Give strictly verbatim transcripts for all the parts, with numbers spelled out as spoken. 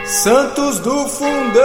Santos do Fundão!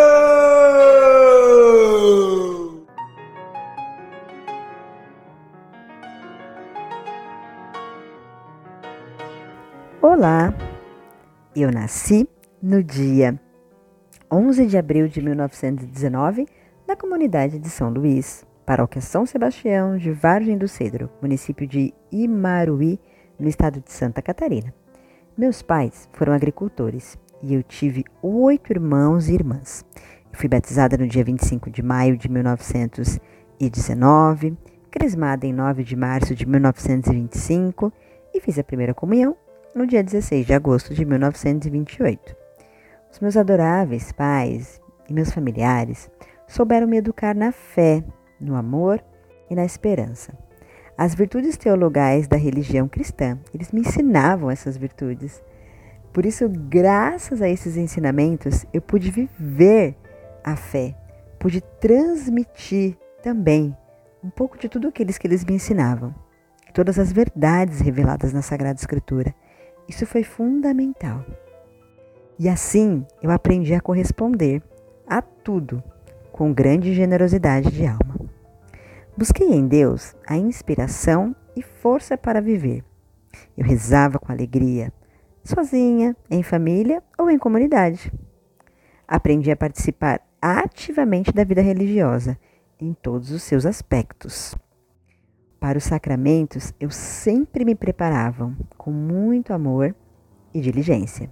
Olá, eu nasci no dia onze de abril de mil novecentos e dezenove na comunidade de São Luís, paróquia São Sebastião de Vargem do Cedro, município de Imaruí, no estado de Santa Catarina. Meus pais foram agricultores e eu tive oito irmãos e irmãs. Eu fui batizada no dia vinte e cinco de maio de mil novecentos e dezenove, crismada em nove de março de mil novecentos e vinte e cinco e fiz a primeira comunhão no dia dezesseis de agosto de mil novecentos e vinte e oito. Os meus adoráveis pais e meus familiares souberam me educar na fé, no amor e na esperança. As virtudes teologais da religião cristã, eles me ensinavam essas virtudes. Por isso, graças a esses ensinamentos, eu pude viver a fé, pude transmitir também um pouco de tudo aquilo que eles me ensinavam, todas as verdades reveladas na Sagrada Escritura. Isso foi fundamental. E assim, eu aprendi a corresponder a tudo com grande generosidade de alma. Busquei em Deus a inspiração e força para viver. Eu rezava com alegria, sozinha, em família ou em comunidade. Aprendi a participar ativamente da vida religiosa, em todos os seus aspectos. Para os sacramentos, eu sempre me preparava com muito amor e diligência.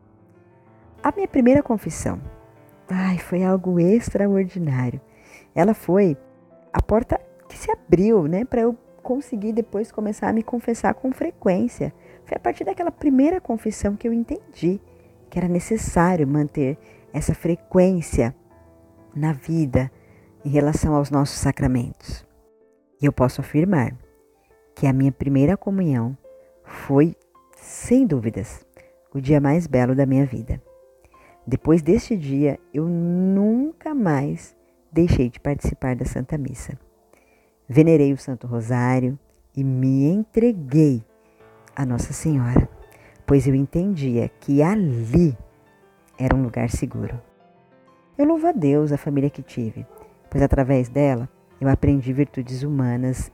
A minha primeira confissão, ai, foi algo extraordinário. Ela foi a porta que se abriu, né, para eu conseguir depois começar a me confessar com frequência. Foi a partir daquela primeira confissão que eu entendi que era necessário manter essa frequência na vida em relação aos nossos sacramentos. E eu posso afirmar que a minha primeira comunhão foi, sem dúvidas, o dia mais belo da minha vida. Depois deste dia, eu nunca mais deixei de participar da Santa Missa. Venerei o Santo Rosário e me entreguei a Nossa Senhora, pois eu entendia que ali era um lugar seguro. Eu louvo a Deus a família que tive, pois através dela eu aprendi virtudes humanas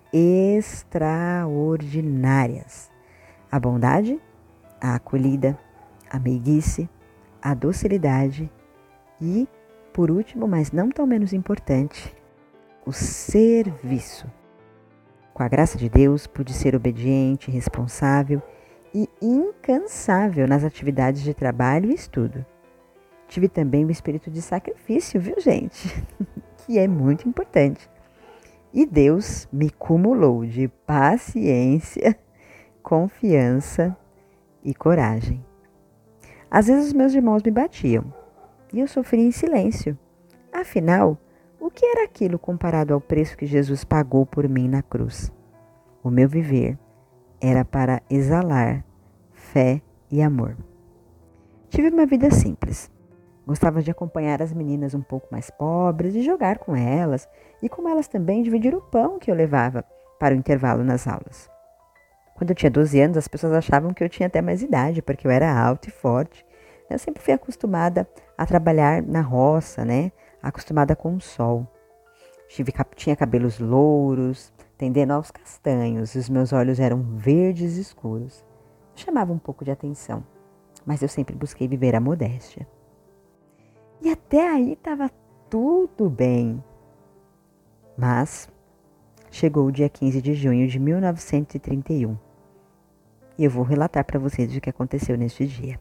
extraordinárias. A bondade, a acolhida, a meiguice, a docilidade e, por último, mas não tão menos importante, o serviço. Com a graça de Deus, pude ser obediente, responsável e incansável nas atividades de trabalho e estudo. Tive também o espírito de sacrifício, viu, gente? Que é muito importante. E Deus me cumulou de paciência, confiança e coragem. Às vezes os meus irmãos me batiam e eu sofria em silêncio. Afinal, o que era aquilo comparado ao preço que Jesus pagou por mim na cruz? O meu viver era para exalar fé e amor. Tive uma vida simples. Gostava de acompanhar as meninas um pouco mais pobres e jogar com elas, e com elas também dividir o pão que eu levava para o intervalo nas aulas. Quando eu tinha doze anos, as pessoas achavam que eu tinha até mais idade, porque eu era alta e forte. Eu sempre fui acostumada a trabalhar na roça, né? Acostumada com o sol. Tive, tinha cabelos louros, tendendo aos castanhos, e os meus olhos eram verdes escuros. Chamava um pouco de atenção, mas eu sempre busquei viver a modéstia. E até aí estava tudo bem. Mas chegou o dia quinze de junho de mil novecentos e trinta e um. E eu vou relatar para vocês o que aconteceu neste dia.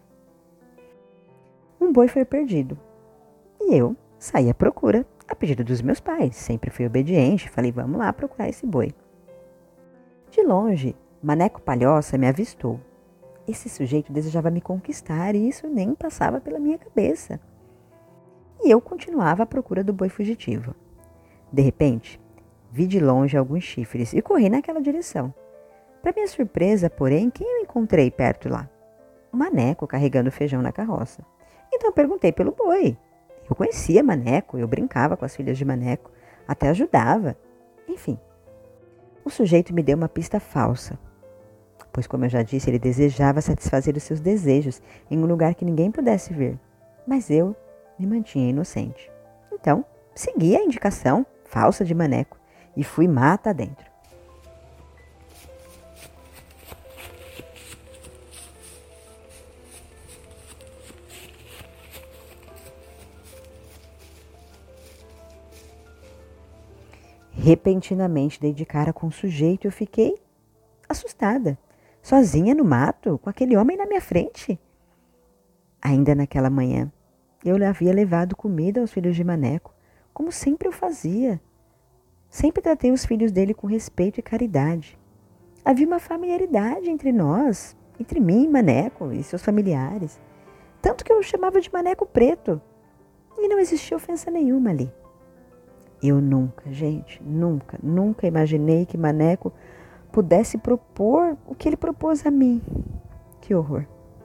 Um boi foi perdido. E eu saí à procura, a pedido dos meus pais. Sempre fui obediente, falei, vamos lá procurar esse boi. De longe, Maneco Palhoça me avistou. Esse sujeito desejava me conquistar e isso nem passava pela minha cabeça. E eu continuava à procura do boi fugitivo. De repente, vi de longe alguns chifres e corri naquela direção. Para minha surpresa, porém, quem eu encontrei perto lá? O Maneco carregando feijão na carroça. Então eu perguntei pelo boi. Eu conhecia Maneco, eu brincava com as filhas de Maneco, até ajudava. Enfim, o sujeito me deu uma pista falsa. Pois, como eu já disse, ele desejava satisfazer os seus desejos em um lugar que ninguém pudesse ver. Mas eu me mantinha inocente. Então, segui a indicação falsa de Maneco e fui mata adentro. Repentinamente dei de cara com o sujeito e eu fiquei assustada, sozinha no mato, com aquele homem na minha frente. Ainda naquela manhã, eu lhe havia levado comida aos filhos de Maneco, como sempre eu fazia. Sempre tratei os filhos dele com respeito e caridade. Havia uma familiaridade entre nós, entre mim e Maneco e seus familiares, tanto que eu o chamava de Maneco Preto, e não existia ofensa nenhuma ali. Eu nunca, gente, nunca, nunca imaginei que Maneco pudesse propor o que ele propôs a mim. Que horror.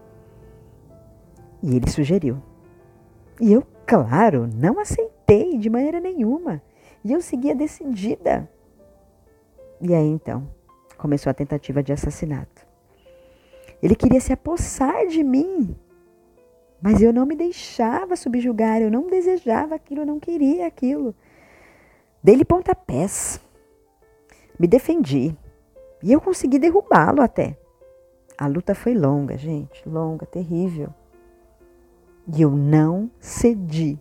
E ele sugeriu. E eu, claro, não aceitei de maneira nenhuma. E eu seguia decidida. E aí, então, começou a tentativa de assassinato. Ele queria se apossar de mim. Mas eu não me deixava subjugar, eu não desejava aquilo, eu não queria aquilo. Dei-lhe pontapés. Me defendi. E eu consegui derrubá-lo até. A luta foi longa, gente, longa, terrível. E eu não cedi.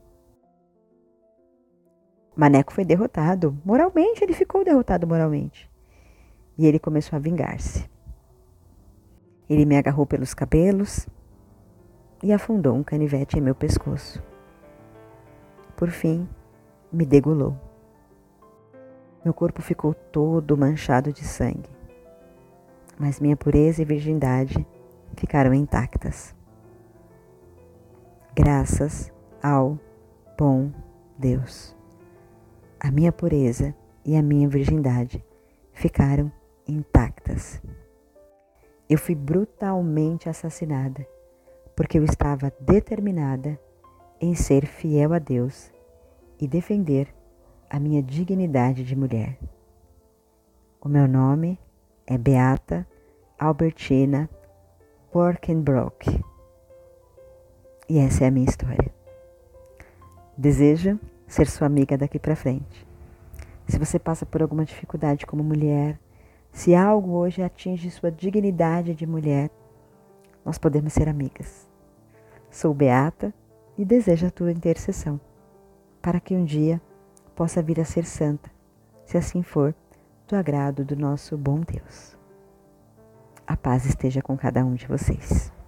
Maneco foi derrotado. Moralmente, ele ficou derrotado moralmente. E ele começou a vingar-se. Ele me agarrou pelos cabelos e afundou um canivete em meu pescoço. Por fim, me degolou. Meu corpo ficou todo manchado de sangue, mas minha pureza e virgindade ficaram intactas. Graças ao bom Deus. A minha pureza e a minha virgindade ficaram intactas. Eu fui brutalmente assassinada, porque eu estava determinada em ser fiel a Deus e defender a minha dignidade de mulher. O meu nome é Beata Albertina Borkenbrock. E essa é a minha história. Desejo ser sua amiga daqui para frente. Se você passa por alguma dificuldade como mulher, se algo hoje atinge sua dignidade de mulher, nós podemos ser amigas. Sou Beata e desejo a tua intercessão, para que um dia possa vir a ser santa, se assim for, do agrado do nosso bom Deus. A paz esteja com cada um de vocês.